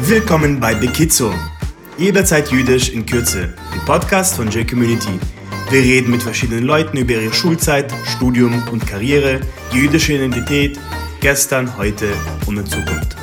Willkommen bei Bekizo, jederzeit jüdisch in Kürze, ein Podcast von J-Community. Wir reden mit verschiedenen Leuten über ihre Schulzeit, Studium und Karriere, die jüdische Identität, gestern, heute und in Zukunft.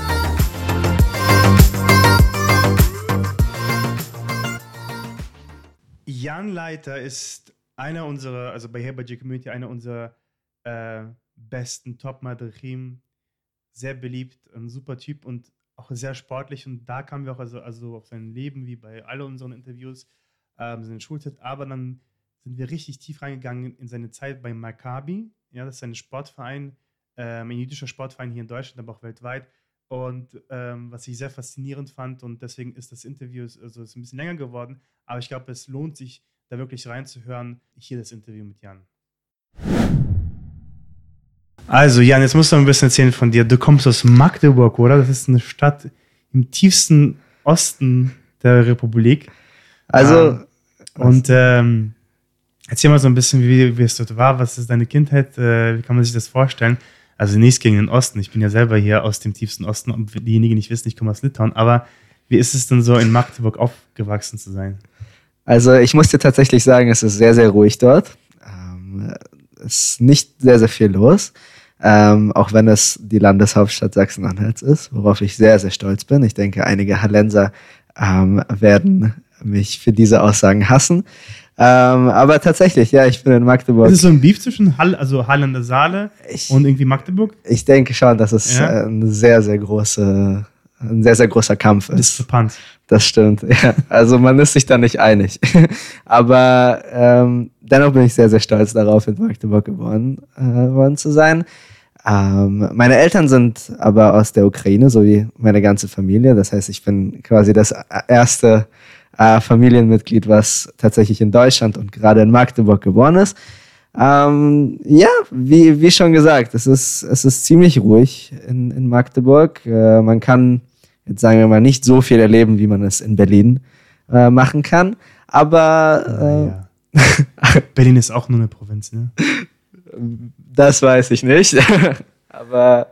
Jan Leiter ist einer unserer, also bei J-Community, einer unserer besten Top-Madrichim, sehr beliebt, ein super Typ und auch sehr sportlich, und da kamen wir auch also auf sein Leben, wie bei all unseren Interviews, seine Schulzeit, aber dann sind wir richtig tief reingegangen in seine Zeit bei Maccabi, ja, das ist ein Sportverein, ein jüdischer Sportverein hier in Deutschland, aber auch weltweit, und was ich sehr faszinierend fand, und deswegen ist das Interview ist ein bisschen länger geworden, aber ich glaube, es lohnt sich, da wirklich reinzuhören, hier das Interview mit Jan. Also Jan, jetzt musst du ein bisschen erzählen von dir. Du kommst aus Magdeburg, oder? Das ist eine Stadt im tiefsten Osten der Republik. Also erzähl mal so ein bisschen, wie es dort war. Was ist deine Kindheit? Wie kann man sich das vorstellen? Also nichts gegen den Osten. Ich bin ja selber hier aus dem tiefsten Osten. Und für diejenigen, die nicht wissen, ich komme aus Litauen. Aber wie ist es denn so, in Magdeburg aufgewachsen zu sein? Also ich muss dir tatsächlich sagen, es ist sehr, sehr ruhig dort. Es ist nicht sehr, sehr viel los. Auch wenn es die Landeshauptstadt Sachsen-Anhalts ist, worauf ich sehr, sehr stolz bin. Ich denke, einige Hallenser werden mich für diese Aussagen hassen. Aber tatsächlich, ja, ich bin in Magdeburg. Ist es so ein Beef zwischen Hallender Saale und irgendwie Magdeburg? Ich denke schon, dass es ein sehr, sehr großer Kampf ist. Diskrepanz. Das stimmt, ja. Also man ist sich da nicht einig. Aber dennoch bin ich sehr, sehr stolz darauf, in Magdeburg geboren worden zu sein. Meine Eltern sind aber aus der Ukraine, so wie meine ganze Familie. Das heißt, ich bin quasi das erste Familienmitglied, was tatsächlich in Deutschland und gerade in Magdeburg geboren ist. Wie schon gesagt, es ist ziemlich ruhig in Magdeburg. Man kann, jetzt sagen wir mal, nicht so viel erleben, wie man es in Berlin machen kann. Aber Berlin ist auch nur eine Provinz, ne? Das weiß ich nicht. Aber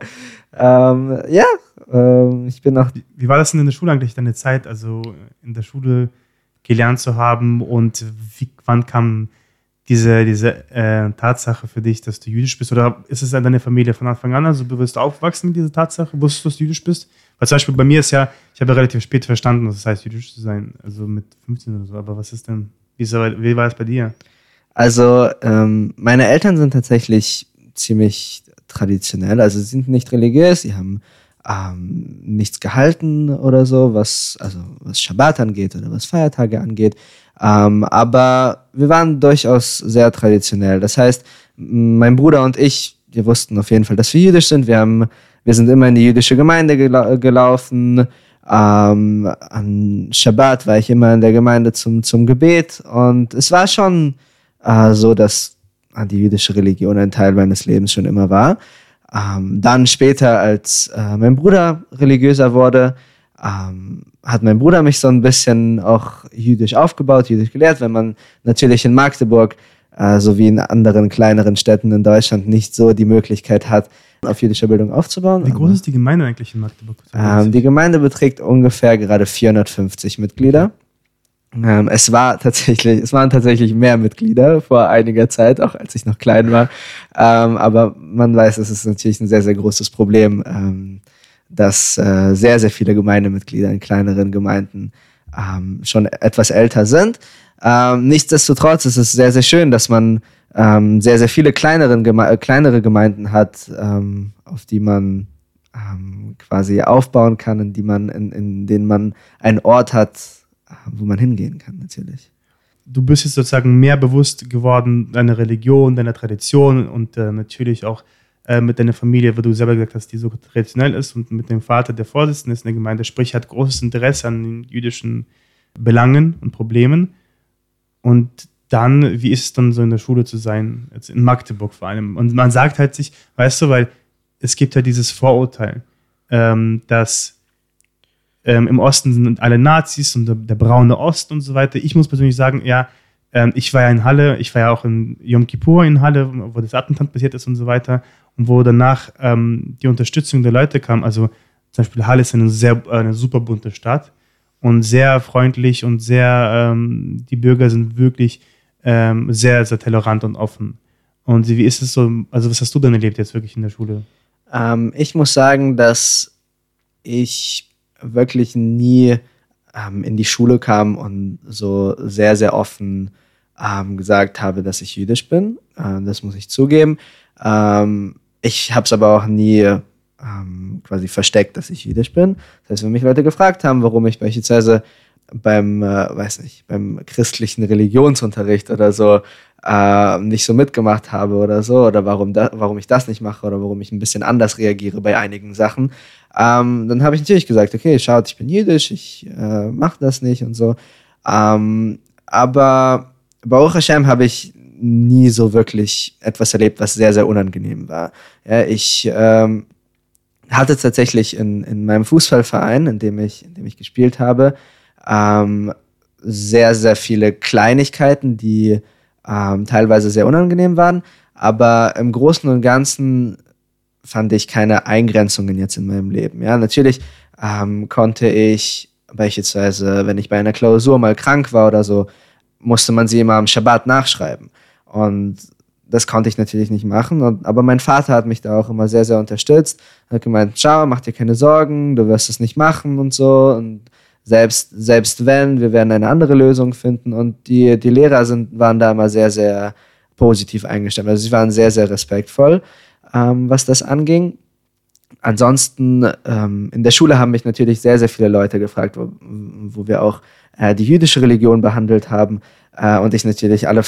ich bin noch... Wie war das denn in der Schule eigentlich, deine Zeit, also in der Schule gelernt zu haben, und wann kam diese Tatsache für dich, dass du jüdisch bist? Oder ist es in deiner Familie von Anfang an, also du wirst aufgewachsen mit dieser Tatsache? Wusstest du, dass du jüdisch bist? Weil zum Beispiel bei mir ist ja, ich habe ja relativ spät verstanden, was es heißt, jüdisch zu sein, also mit 15 oder so. Aber was ist denn, wie war es bei dir? Also meine Eltern sind tatsächlich ziemlich traditionell, also sie sind nicht religiös, sie haben nichts gehalten oder so, was Schabbat angeht oder was Feiertage angeht. Aber wir waren durchaus sehr traditionell. Das heißt, mein Bruder und ich, wir wussten auf jeden Fall, dass wir jüdisch sind. Wir sind immer in die jüdische Gemeinde gelaufen. An Schabbat war ich immer in der Gemeinde zum Gebet. Und es war schon so, dass die jüdische Religion ein Teil meines Lebens schon immer war. Dann später, als mein Bruder religiöser wurde, hat mein Bruder mich so ein bisschen auch jüdisch aufgebaut, jüdisch gelehrt, wenn man natürlich in Magdeburg, so wie in anderen kleineren Städten in Deutschland, nicht so die Möglichkeit hat, auf jüdische Bildung aufzubauen. Wie groß ist die Gemeinde eigentlich in Magdeburg? Die Gemeinde beträgt ungefähr gerade 450 Mitglieder. Es waren tatsächlich mehr Mitglieder vor einiger Zeit, auch als ich noch klein war. Aber man weiß, es ist natürlich ein sehr, sehr großes Problem, dass sehr, sehr viele Gemeindemitglieder in kleineren Gemeinden schon etwas älter sind. Nichtsdestotrotz ist es sehr, sehr schön, dass man sehr, sehr viele kleinere Gemeinden hat, auf die man quasi aufbauen kann, in denen man einen Ort hat, wo man hingehen kann, natürlich. Du bist jetzt sozusagen mehr bewusst geworden, deiner Religion, deiner Tradition und natürlich auch mit deiner Familie, wo du selber gesagt hast, die so traditionell ist, und mit dem Vater, der Vorsitzende ist in der Gemeinde, sprich, hat großes Interesse an den jüdischen Belangen und Problemen. Und dann, wie ist es dann so in der Schule zu sein, jetzt in Magdeburg vor allem? Und man sagt halt sich, weißt du, weil es gibt ja dieses Vorurteil, dass im Osten sind alle Nazis und der braune Osten und so weiter. Ich muss persönlich sagen, ich war ja in Halle, ich war ja auch in Yom Kippur in Halle, wo das Attentat passiert ist und so weiter, und wo danach die Unterstützung der Leute kam. Also Zum Beispiel Halle ist eine super bunte Stadt und sehr freundlich und die Bürger sind wirklich sehr, sehr tolerant und offen. Und wie ist es so, also was hast du denn erlebt jetzt wirklich in der Schule? Ich muss sagen, dass ich wirklich nie in die Schule kam und so sehr, sehr offen gesagt habe, dass ich jüdisch bin. Das muss ich zugeben. Ich habe es aber auch nie quasi versteckt, dass ich jüdisch bin. Das heißt, wenn mich Leute gefragt haben, warum ich beispielsweise beim christlichen Religionsunterricht oder so nicht so mitgemacht habe oder so, oder warum ich das nicht mache oder warum ich ein bisschen anders reagiere bei einigen Sachen, dann habe ich natürlich gesagt, okay, schaut, ich bin jüdisch, ich mache das nicht und so. Aber Baruch Hashem habe ich nie so wirklich etwas erlebt, was sehr, sehr unangenehm war. Ja, ich hatte tatsächlich in meinem Fußballverein, in dem ich gespielt habe, sehr, sehr viele Kleinigkeiten, die teilweise sehr unangenehm waren, aber im Großen und Ganzen fand ich keine Eingrenzungen jetzt in meinem Leben. Ja, natürlich konnte ich beispielsweise, wenn ich bei einer Klausur mal krank war oder so, musste man sie immer am Schabbat nachschreiben. Und das konnte ich natürlich nicht machen. Aber mein Vater hat mich da auch immer sehr, sehr unterstützt. Er hat gemeint, schau, mach dir keine Sorgen, du wirst es nicht machen und so. Und selbst wenn, wir werden eine andere Lösung finden. Und die Lehrer waren da immer sehr, sehr positiv eingestellt. Also sie waren sehr, sehr respektvoll, was das anging. Ansonsten, in der Schule haben mich natürlich sehr, sehr viele Leute gefragt, wo wir auch die jüdische Religion behandelt haben. Und ich natürlich alle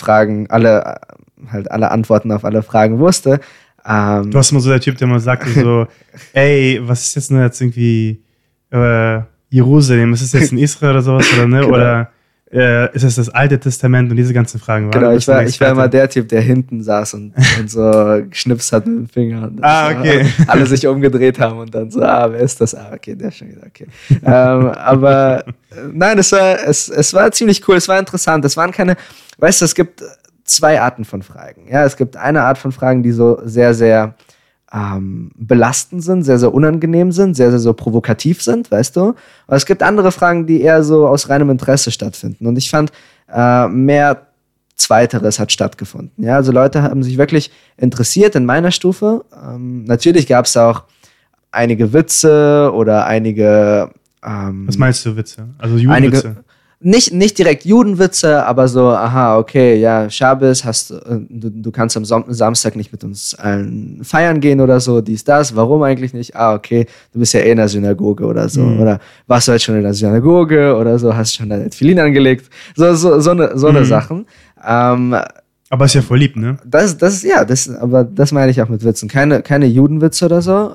Antworten auf alle Fragen wusste. Du hast immer so der Typ, der mal sagt so, ey, was ist jetzt irgendwie Jerusalem? Ist es jetzt in Israel oder sowas? Oder, ne? Genau. Oder ist es das Alte Testament und diese ganzen Fragen? Genau, ich war immer der Typ, der hinten saß und so geschnipst hat mit dem Finger. Und okay. Alle sich umgedreht haben und dann so, wer ist das? Okay, der ist schon wieder, okay. Aber nein, es war ziemlich cool, es war interessant. Es waren keine, weißt du, es gibt zwei Arten von Fragen. Ja, es gibt eine Art von Fragen, die so sehr, sehr belastend sind, sehr, sehr unangenehm sind, sehr, sehr so provokativ sind, weißt du? Aber es gibt andere Fragen, die eher so aus reinem Interesse stattfinden. Und ich fand, mehr Zweiteres hat stattgefunden. Ja, also Leute haben sich wirklich interessiert in meiner Stufe. Natürlich gab es auch einige Witze oder einige was meinst du Witze? Also Judenwitze? Nicht direkt Judenwitze, aber so, aha, okay, ja, Schabes, du kannst am Samstag nicht mit uns allen feiern gehen oder so, dies, das, warum eigentlich nicht? Okay, du bist ja in der Synagoge oder so, oder warst du jetzt schon in der Synagoge oder so, hast schon deine Tefillin angelegt, so eine Sachen. Aber ist ja voll lieb, ne? Aber das meine ich auch mit Witzen, keine Judenwitze oder so.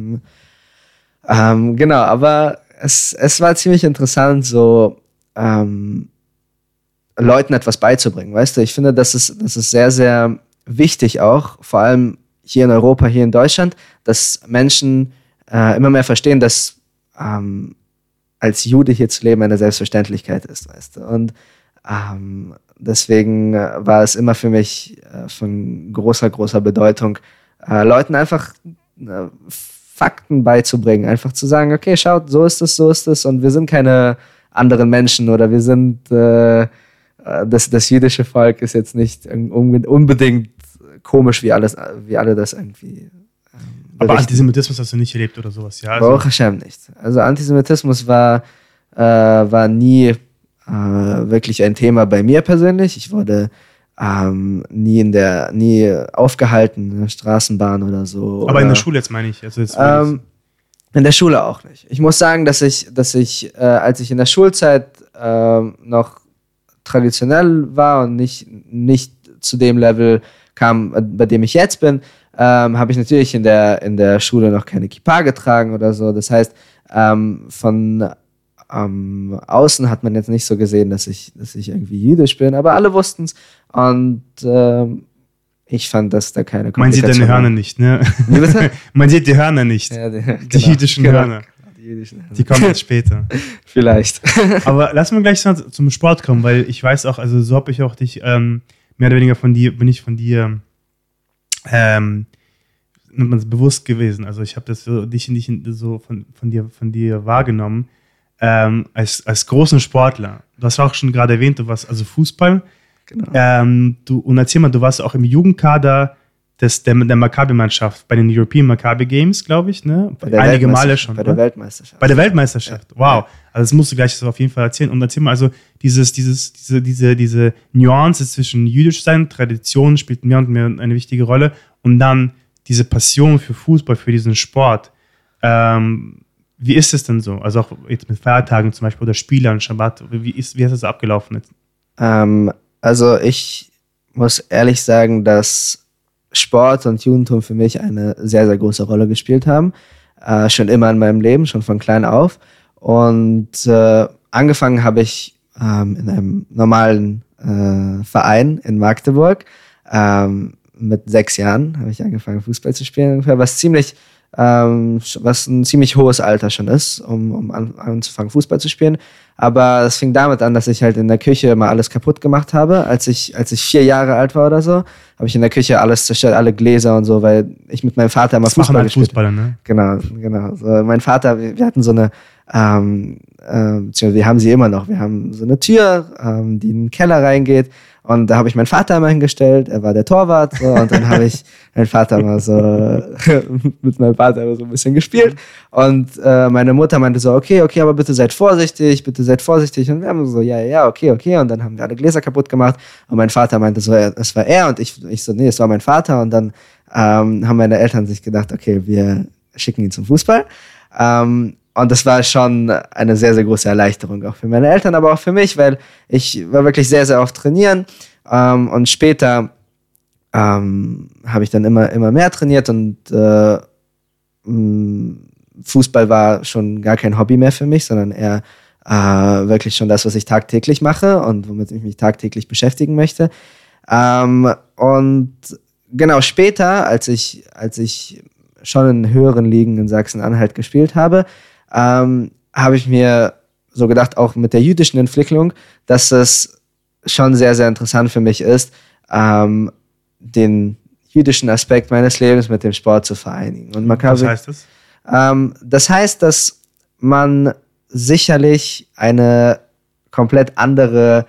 Genau, aber es war ziemlich interessant, so Leuten etwas beizubringen, weißt du? Ich finde, das ist sehr, sehr wichtig auch, vor allem hier in Europa, hier in Deutschland, dass Menschen immer mehr verstehen, dass als Jude hier zu leben eine Selbstverständlichkeit ist, weißt du? Und deswegen war es immer für mich von großer, großer Bedeutung, Leuten einfach Fakten beizubringen, einfach zu sagen, okay, schaut, so ist es und wir sind keine anderen Menschen oder wir sind das jüdische Volk ist jetzt nicht unbedingt komisch, wie alle das irgendwie aber Antisemitismus hast du nicht erlebt oder sowas, ja? Baruch Hashem nicht. Also Antisemitismus war nie wirklich ein Thema bei mir persönlich. Ich wurde nie aufgehalten in der Straßenbahn oder so. Aber in der Schule jetzt meine ich. Also jetzt in der Schule auch nicht. Ich muss sagen, dass ich als ich in der Schulzeit noch traditionell war und nicht zu dem Level kam, bei dem ich jetzt bin, habe ich natürlich in der Schule noch keine Kippa getragen oder so. Das heißt, von außen hat man jetzt nicht so gesehen, dass ich irgendwie jüdisch bin, aber alle wussten es und ich fand, dass da keine Man sieht deine Hörner nicht, ne? Wie bitte? Man sieht die Hörner nicht. Ja, die jüdischen Hörner. Die kommen jetzt später. Vielleicht. Aber lass mal gleich zum Sport kommen, weil ich weiß auch, also so habe ich auch dich, mehr oder weniger bin ich von dir bewusst gewesen. Also ich habe das so nicht so von dir wahrgenommen. Als großen Sportler. Du hast auch schon gerade erwähnt, du warst also Fußball. Genau. Und erzähl mal, du warst auch im Jugendkader der Maccabi-Mannschaft bei den European Maccabi Games, glaube ich, ne? Einige Male schon. Bei der Weltmeisterschaft. Bei der Weltmeisterschaft, wow. Also das musst du gleich so auf jeden Fall erzählen. Und erzähl mal, also diese Nuance zwischen jüdisch sein, Tradition spielt mehr und mehr eine wichtige Rolle und dann diese Passion für Fußball, für diesen Sport. Wie ist es denn so? Also auch jetzt mit Feiertagen zum Beispiel oder Spielern, Schabbat, wie ist das abgelaufen jetzt? Also ich muss ehrlich sagen, dass Sport und Judentum für mich eine sehr, sehr große Rolle gespielt haben. Schon immer in meinem Leben, schon von klein auf. Und angefangen habe ich in einem normalen Verein in Magdeburg. Mit 6 Jahren habe ich angefangen, Fußball zu spielen, ungefähr, was ein ziemlich hohes Alter schon ist, um anzufangen, Fußball zu spielen. Aber es fing damit an, dass ich halt in der Küche immer alles kaputt gemacht habe. Als ich 4 Jahre alt war oder so, habe ich in der Küche alles zerstört, alle Gläser und so, weil ich mit meinem Vater immer Fußball gespielt habe. Ne? Genau. So, mein Vater, wir hatten so eine, wir haben sie immer noch, wir haben so eine Tür, die in den Keller reingeht. Und da habe ich meinen Vater immer hingestellt, er war der Torwart, so, und dann habe ich meinen Vater mal so mit meinem Vater so ein bisschen gespielt. Und meine Mutter meinte so, okay, aber bitte seid vorsichtig. Und wir haben so, ja, okay. Und dann haben wir alle Gläser kaputt gemacht. Und mein Vater meinte so, es war er. Und ich so, nee, es war mein Vater. Und dann haben meine Eltern sich gedacht, okay, wir schicken ihn zum Fußball. Und das war schon eine sehr, sehr große Erleichterung, auch für meine Eltern, aber auch für mich, weil ich war wirklich sehr, sehr oft trainieren. Und später habe ich dann immer mehr trainiert und Fußball war schon gar kein Hobby mehr für mich, sondern eher wirklich schon das, was ich tagtäglich mache und womit ich mich tagtäglich beschäftigen möchte. Und genau später, als ich schon in höheren Ligen in Sachsen-Anhalt gespielt habe, habe ich mir so gedacht, auch mit der jüdischen Entwicklung, dass es schon sehr, sehr interessant für mich ist, den jüdischen Aspekt meines Lebens mit dem Sport zu vereinigen. Und was heißt das? Das heißt, dass man sicherlich eine komplett andere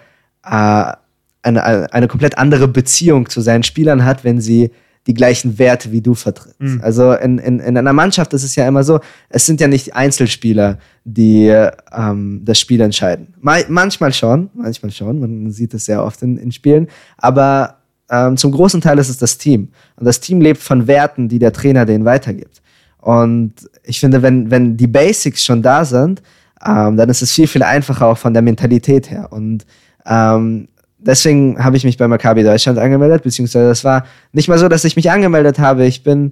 eine komplett andere Beziehung zu seinen Spielern hat, wenn sie die gleichen Werte wie du vertrittst. Mhm. Also in einer Mannschaft ist es ja immer so, es sind ja nicht Einzelspieler, die das Spiel entscheiden. Manchmal schon, man sieht es sehr oft in Spielen, aber zum großen Teil ist es das Team. Und das Team lebt von Werten, die der Trainer denen weitergibt. Und ich finde, wenn die Basics schon da sind, dann ist es viel, viel einfacher auch von der Mentalität her. Und deswegen habe ich mich bei Maccabi Deutschland angemeldet, beziehungsweise das war nicht mal so, dass ich mich angemeldet habe. Ich bin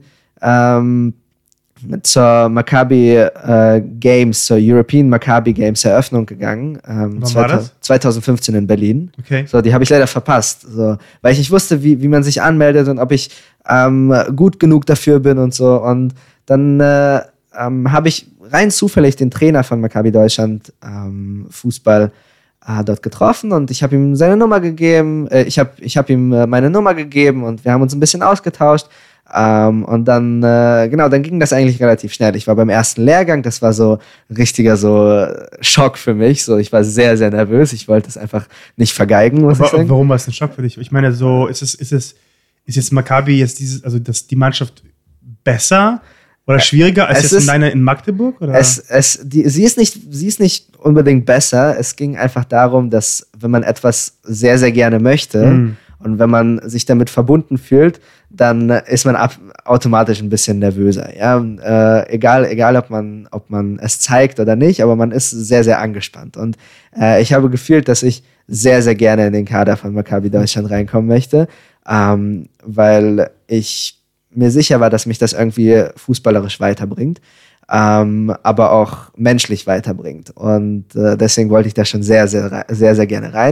zur Maccabi Games, zur European Maccabi Games Eröffnung gegangen. Wann war das? 2015 in Berlin. Okay. So, die habe ich leider verpasst. So, weil ich nicht wusste, wie man sich anmeldet und ob ich gut genug dafür bin und so. Und dann habe ich rein zufällig den Trainer von Maccabi Deutschland Fußball dort getroffen und ich habe ihm seine Nummer gegeben, ich hab ihm meine Nummer gegeben und wir haben uns ein bisschen ausgetauscht und dann ging das eigentlich relativ schnell. Ich war beim ersten Lehrgang, das war so ein richtiger so Schock für mich, so ich war sehr, sehr nervös, ich wollte es einfach nicht vergeigen, muss ich sagen. Warum war es ein Schock für dich? Ich meine, so ist jetzt Maccabi jetzt die Mannschaft besser oder schwieriger als jetzt in Magdeburg? Oder? Sie ist nicht unbedingt besser. Es ging einfach darum, dass wenn man etwas sehr, sehr gerne möchte und wenn man sich damit verbunden fühlt, dann ist man automatisch ein bisschen nervöser. Ja? Egal ob man es zeigt oder nicht, aber man ist sehr, sehr angespannt. Und ich habe gefühlt, dass ich sehr, sehr gerne in den Kader von Maccabi Deutschland reinkommen möchte, weil ich mir sicher war, dass mich das irgendwie fußballerisch weiterbringt, aber auch menschlich weiterbringt. Und deswegen wollte ich da schon sehr, sehr, sehr, sehr gerne rein.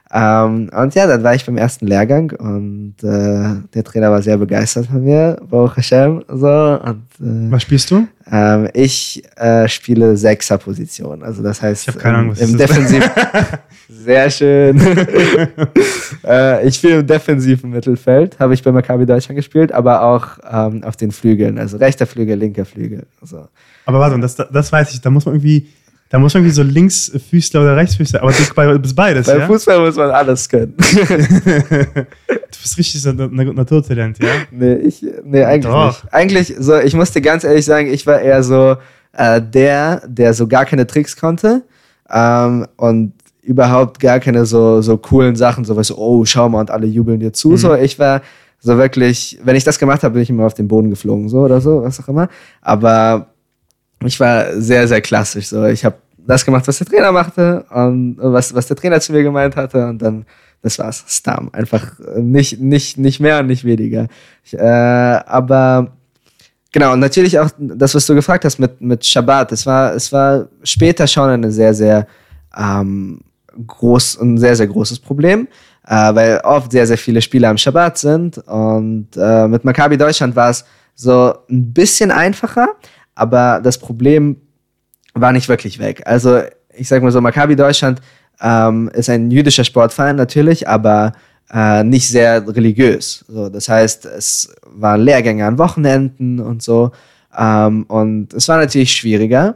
Und ja, dann war ich beim ersten Lehrgang und der Trainer war sehr begeistert von mir, Baruch Hashem. So, und, was spielst du? Ich spiele Sechser-Position. Also das heißt, ich habe keine Ahnung, was im Defensiv. Sehr schön. Ich spiele im defensiven Mittelfeld, habe ich bei Maccabi Deutschland gespielt, aber auch auf den Flügeln, also rechter Flügel, linker Flügel. So. Aber warte, das weiß ich, da muss man irgendwie so Linksfüßler oder Rechtsfüßler, aber du bist beides, Beim ja? Fußball muss man alles können. Du bist richtig so ein Naturtalent, ja? Nee, eigentlich Doch. nicht. Eigentlich, so, ich muss dir ganz ehrlich sagen, ich war eher so der so gar keine Tricks konnte und überhaupt gar keine so coolen Sachen, so weißt du, oh, schau mal und alle jubeln dir zu. So, ich war so wirklich, wenn ich das gemacht habe, bin ich immer auf den Boden geflogen, so oder so, was auch immer. Aber ich war sehr, sehr klassisch. So, ich habe das gemacht, was der Trainer machte und was der Trainer zu mir gemeint hatte und dann, das war's, Stam. Einfach nicht mehr und nicht weniger. Aber genau, und natürlich auch das, was du gefragt hast mit Shabbat. Es war später schon eine sehr, sehr ein sehr, sehr großes Problem, weil oft sehr, sehr viele Spieler am Shabbat sind und mit Maccabi Deutschland war es so ein bisschen einfacher, aber das Problem war nicht wirklich weg. Also ich sag mal so, Maccabi Deutschland ist ein jüdischer Sportverein natürlich, aber nicht sehr religiös. So, das heißt, es waren Lehrgänge an Wochenenden und so und es war natürlich schwieriger.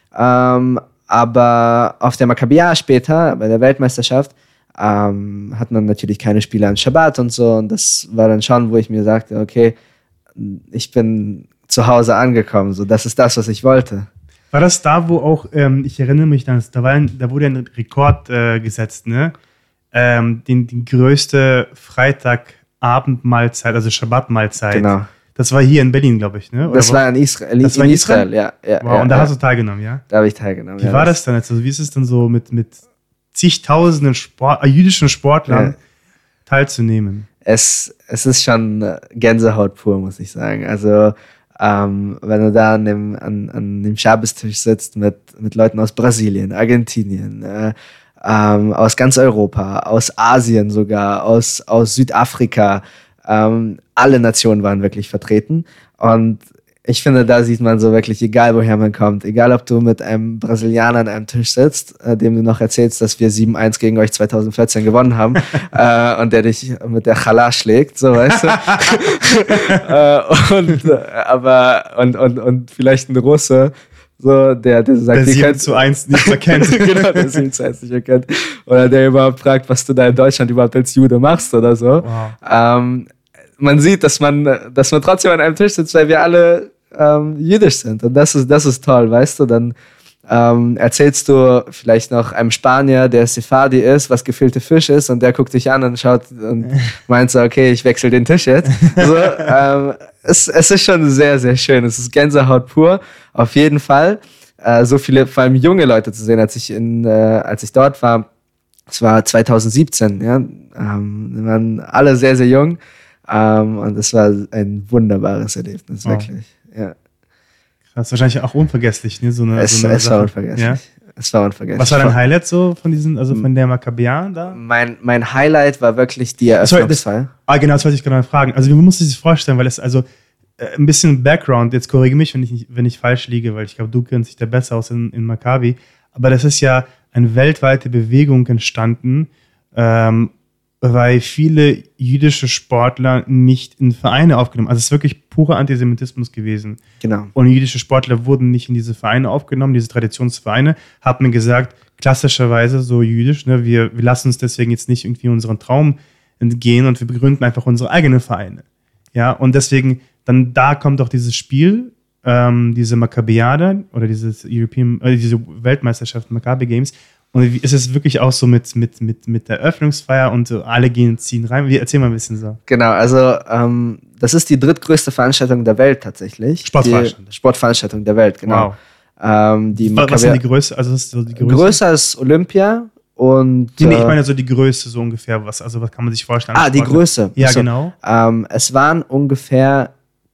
Aber auf der Maccabia später, bei der Weltmeisterschaft, hat man natürlich keine Spieler an Shabbat und so. Und das war dann schon, wo ich mir sagte, okay, ich bin zu Hause angekommen. So, das ist das, was ich wollte. War das da, wo auch, ich erinnere mich, da wurde ein Rekord gesetzt, ne? Die größte Freitagabendmahlzeit, also Shabbat-Mahlzeit. Genau. Das war hier in Berlin, glaube ich, ne? Oder das war in Israel, ja. Wow, und da hast du teilgenommen, ja? Da habe ich teilgenommen. Wie war das dann jetzt? Also, wie ist es dann so mit zigtausenden jüdischen Sportlern teilzunehmen? Es ist schon Gänsehaut pur, muss ich sagen. Also, wenn du da an dem Schabbestisch sitzt mit Leuten aus Brasilien, Argentinien, aus ganz Europa, aus Asien sogar, aus Südafrika, alle Nationen waren wirklich vertreten und ich finde, da sieht man so wirklich, egal woher man kommt, egal ob du mit einem Brasilianer an einem Tisch sitzt, dem du noch erzählst, dass wir 7-1 gegen euch 2014 gewonnen haben und der dich mit der Challah schlägt, so weißt du. Und vielleicht ein Russe, so, der sagt, der 7-1 nicht erkennt. Genau, der 7-1 nicht erkennt. Oder der überhaupt fragt, was du da in Deutschland überhaupt als Jude machst oder so. Wow. Man sieht, dass man trotzdem an einem Tisch sitzt, weil wir alle jüdisch sind. Und das ist toll, weißt du? Dann erzählst du vielleicht noch einem Spanier, der Sephardi ist, was gefüllte Fisch ist und der guckt dich an und schaut und meint so, okay, ich wechsle den Tisch jetzt. So, es ist schon sehr, sehr schön. Es ist Gänsehaut pur, auf jeden Fall. So viele, vor allem junge Leute zu sehen, als ich dort war. Es war 2017, ja. Wir waren alle sehr, sehr jung. Und es war ein wunderbares Erlebnis, wirklich. Ja. Das ist wahrscheinlich auch unvergesslich, ne? Es war unvergesslich. Ja? Es war unvergesslich. Was war dein Highlight so von der Maccabia da? Mein Highlight war wirklich die Eröffnungsfeier. Genau, das wollte ich gerade fragen. Also, wie muss ich sich vorstellen, weil es also ein bisschen Background, jetzt korrigiere mich, wenn ich falsch liege, weil ich glaube, du kennst dich da besser aus in Maccabi, aber das ist ja eine weltweite Bewegung entstanden, weil viele jüdische Sportler nicht in Vereine aufgenommen. Also es ist wirklich purer Antisemitismus gewesen. Genau. Und jüdische Sportler wurden nicht in diese Vereine aufgenommen, diese Traditionsvereine, hat man gesagt, klassischerweise so jüdisch, ne, wir lassen uns deswegen jetzt nicht irgendwie unseren Traum entgehen und wir begründen einfach unsere eigenen Vereine. Ja, und deswegen, dann da kommt auch dieses Spiel, diese Maccabiade oder diese Weltmeisterschaft Maccabi Games. Und ist es wirklich auch so mit der Eröffnungsfeier und so alle ziehen rein? Erzähl mal ein bisschen so. Genau, also das ist die drittgrößte Veranstaltung der Welt tatsächlich. Sportveranstaltung der Welt, genau. Wow. Was ist denn die Größe? Also das ist so die Größe? Größer ist Olympia und... Nee, ich meine so die Größe so ungefähr. Was kann man sich vorstellen? Die Größe. Ja, also, genau. Es waren ungefähr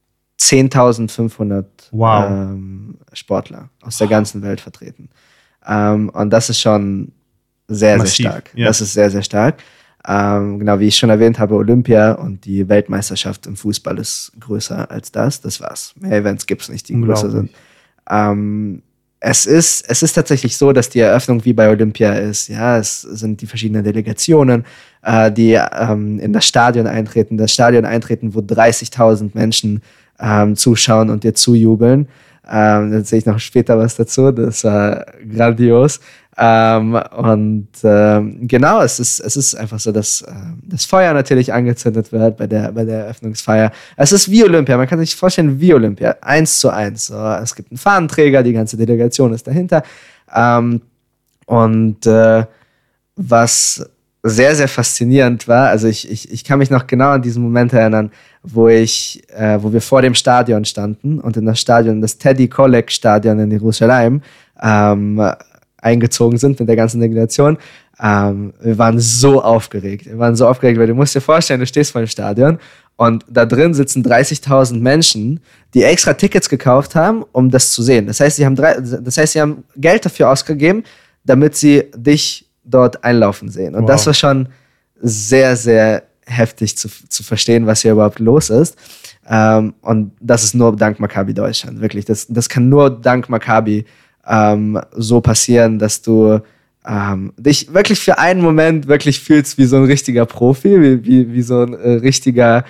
10.500 Sportler aus der ganzen Welt vertreten. Und das ist schon sehr, Massiv, sehr stark. ja. Das ist sehr, sehr stark. Genau, wie ich schon erwähnt habe, Olympia und die Weltmeisterschaft im Fußball ist größer als das. Das war's. Mehr Events gibt es nicht, die größer sind. Es ist tatsächlich so, dass die Eröffnung wie bei Olympia ist. Ja, es sind die verschiedenen Delegationen, die in das Stadion eintreten. Das Stadion eintreten, wo 30.000 Menschen zuschauen und dir zujubeln. Da sehe ich noch später was dazu. Das war grandios. Genau, es ist einfach so, dass das Feuer natürlich angezündet wird bei der Eröffnungsfeier. Es ist wie Olympia, man kann sich vorstellen wie Olympia, 1:1. So, es gibt einen Fahnenträger, die ganze Delegation ist dahinter. Was sehr, sehr faszinierend war, also ich kann mich noch genau an diesen Moment erinnern, wo wir vor dem Stadion standen und in das Stadion, das Teddy Kollek Stadion in Jerusalem, eingezogen sind mit der ganzen Delegation. Wir waren so aufgeregt, weil du musst dir vorstellen, du stehst vor dem Stadion und da drin sitzen 30.000 Menschen, die extra Tickets gekauft haben, um das zu sehen. Das heißt, sie haben Geld dafür ausgegeben, damit sie dich dort einlaufen sehen. Und das war schon sehr, sehr heftig zu verstehen, was hier überhaupt los ist. Und das ist nur dank Maccabi Deutschland, wirklich. Das kann nur dank Maccabi so passieren, dass du dich wirklich für einen Moment wirklich fühlst wie so ein richtiger Profi, wie so ein richtiger,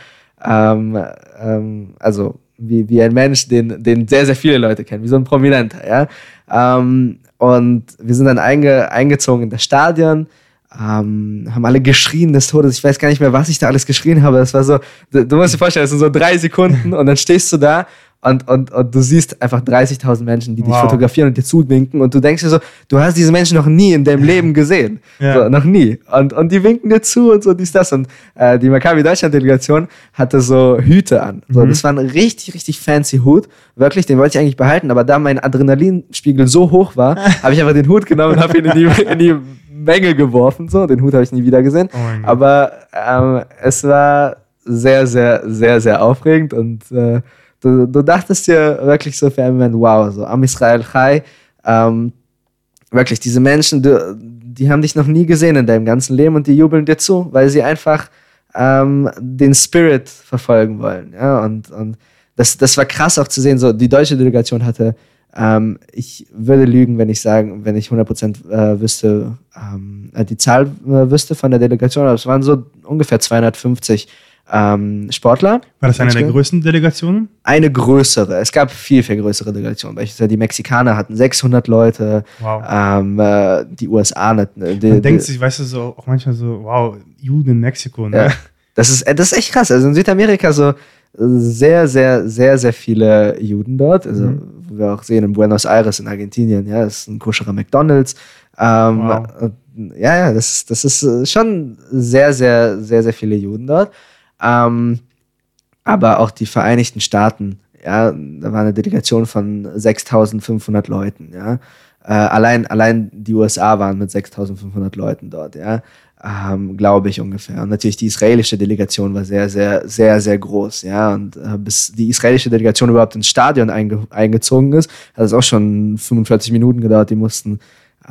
also wie ein Mensch, den sehr, sehr viele Leute kennen, wie so ein Prominenter, ja. Und wir sind dann eingezogen in das Stadion, haben alle geschrien des Todes. Ich weiß gar nicht mehr, was ich da alles geschrien habe. Das war so, du musst dir vorstellen, das sind so 3 Sekunden und dann stehst du da und du siehst einfach 30.000 Menschen, die dich fotografieren und dir zuwinken und du denkst dir so, du hast diese Menschen noch nie in deinem Leben gesehen. Ja. So, noch nie. Und die winken dir zu und so dies, das. Und die Maccabi Deutschland-Delegation hatte so Hüte an. So, das war ein richtig, richtig fancy Hut. Wirklich, den wollte ich eigentlich behalten, aber da mein Adrenalinspiegel so hoch war, habe ich einfach den Hut genommen und habe ihn in die Menge geworfen. So. Den Hut habe ich nie wieder gesehen. Oh, aber es war sehr, sehr, sehr, sehr aufregend und du dachtest dir wirklich so für einen Moment, wow, so Am Israel Chai, wirklich, diese Menschen, die haben dich noch nie gesehen in deinem ganzen Leben und die jubeln dir zu, weil sie einfach den Spirit verfolgen wollen. Ja? Und das war krass auch zu sehen, so die deutsche Delegation hatte, ich würde lügen, wenn ich 100% wüsste, die Zahl wüsste von der Delegation, aber es waren so ungefähr 250 Sportler. War das eine der größten Delegationen? Eine größere. Es gab viel, viel größere Delegationen. Beispielsweise die Mexikaner hatten 600 Leute. Wow. Die USA. Man denkt sich, weißt du, so auch manchmal so, wow, Juden in Mexiko. Ne? Ja, das ist echt krass. Also in Südamerika so sehr, sehr, sehr, sehr viele Juden dort. Also wo wir auch sehen in Buenos Aires in Argentinien, ja, das ist ein koscherer McDonald's. Wow. Ja, das ist schon sehr, sehr, sehr, sehr viele Juden dort. Aber auch die Vereinigten Staaten, ja, da war eine Delegation von 6.500 Leuten, ja. Allein die USA waren mit 6.500 Leuten dort, ja, glaube ich ungefähr. Und natürlich die israelische Delegation war sehr, sehr, sehr, sehr groß, ja. Und bis die israelische Delegation überhaupt ins Stadion eingezogen ist, hat es auch schon 45 Minuten gedauert. Die mussten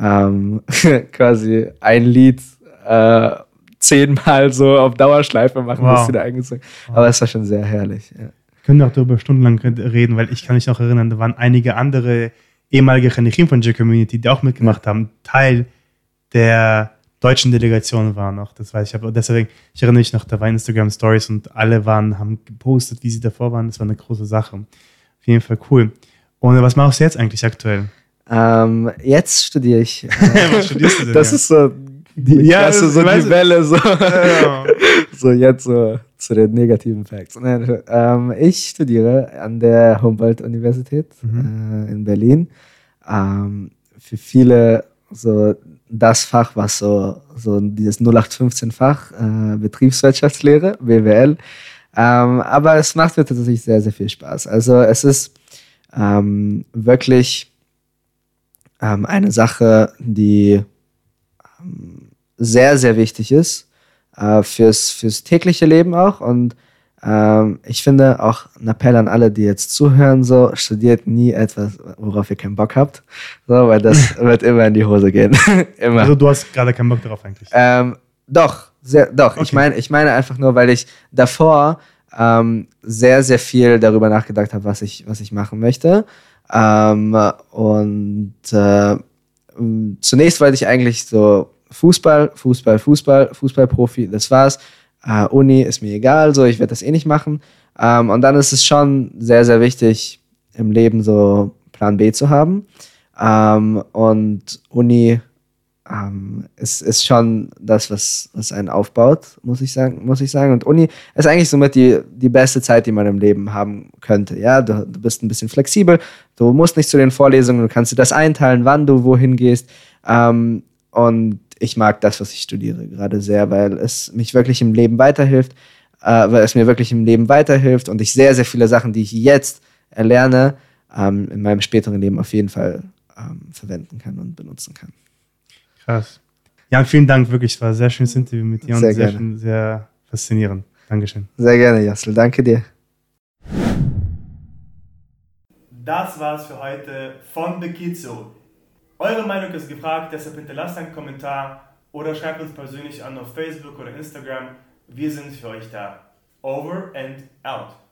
quasi ein Lied 10-mal so auf Dauerschleife machen, bis sie da eingezogen. Aber es war schon sehr herrlich. Ja. Wir können auch darüber stundenlang reden, weil ich kann mich noch erinnern, da waren einige andere ehemalige Chanichim von J-Community, die auch mitgemacht haben, Teil der deutschen Delegation waren noch. Das weiß ich. Aber deswegen, ich erinnere mich noch, da war Instagram-Stories und alle haben gepostet, wie sie davor waren. Das war eine große Sache. Auf jeden Fall cool. Und was machst du jetzt eigentlich aktuell? Jetzt studiere ich. Was studierst du denn? Das ist so die Klasse, so die Welle, so. Ja. So jetzt so zu den negativen Facts. Ich studiere an der Humboldt-Universität in Berlin. Für viele so das Fach, was so dieses 0815-Fach, Betriebswirtschaftslehre, BWL. Aber es macht mir tatsächlich sehr, sehr viel Spaß. Also es ist wirklich eine Sache, die sehr, sehr wichtig ist fürs tägliche Leben auch und Ich finde auch ein Appell an alle, die jetzt zuhören, so, studiert nie etwas, worauf ihr keinen Bock habt, so, weil das wird immer in die Hose gehen. Immer. Also du hast gerade keinen Bock darauf eigentlich? Doch. Okay. Ich meine einfach nur, weil ich davor sehr, sehr viel darüber nachgedacht habe, was ich machen möchte. Zunächst wollte ich eigentlich so Fußballprofi, das war's. Uni ist mir egal, so, ich werde das eh nicht machen. Und dann ist es schon sehr, sehr wichtig, im Leben so Plan B zu haben. Und Uni ist schon das, was einen aufbaut, muss ich sagen. Und Uni ist eigentlich somit die beste Zeit, die man im Leben haben könnte. Ja, du bist ein bisschen flexibel, du musst nicht zu den Vorlesungen, du kannst dir das einteilen, wann du wohin gehst. Und ich mag das, was ich studiere, gerade sehr, weil es mich wirklich im Leben weiterhilft, und ich sehr, sehr viele Sachen, die ich jetzt erlerne, in meinem späteren Leben auf jeden Fall verwenden kann und benutzen kann. Krass. Jan, vielen Dank, wirklich, es war ein sehr schönes Interview mit dir sehr und gerne. sehr faszinierend. Dankeschön. Sehr gerne, Jassel, danke dir. Das war's für heute von The Kizo. Eure Meinung ist gefragt, deshalb hinterlasst einen Kommentar oder schreibt uns persönlich an auf Facebook oder Instagram. Wir sind für euch da. Over and out.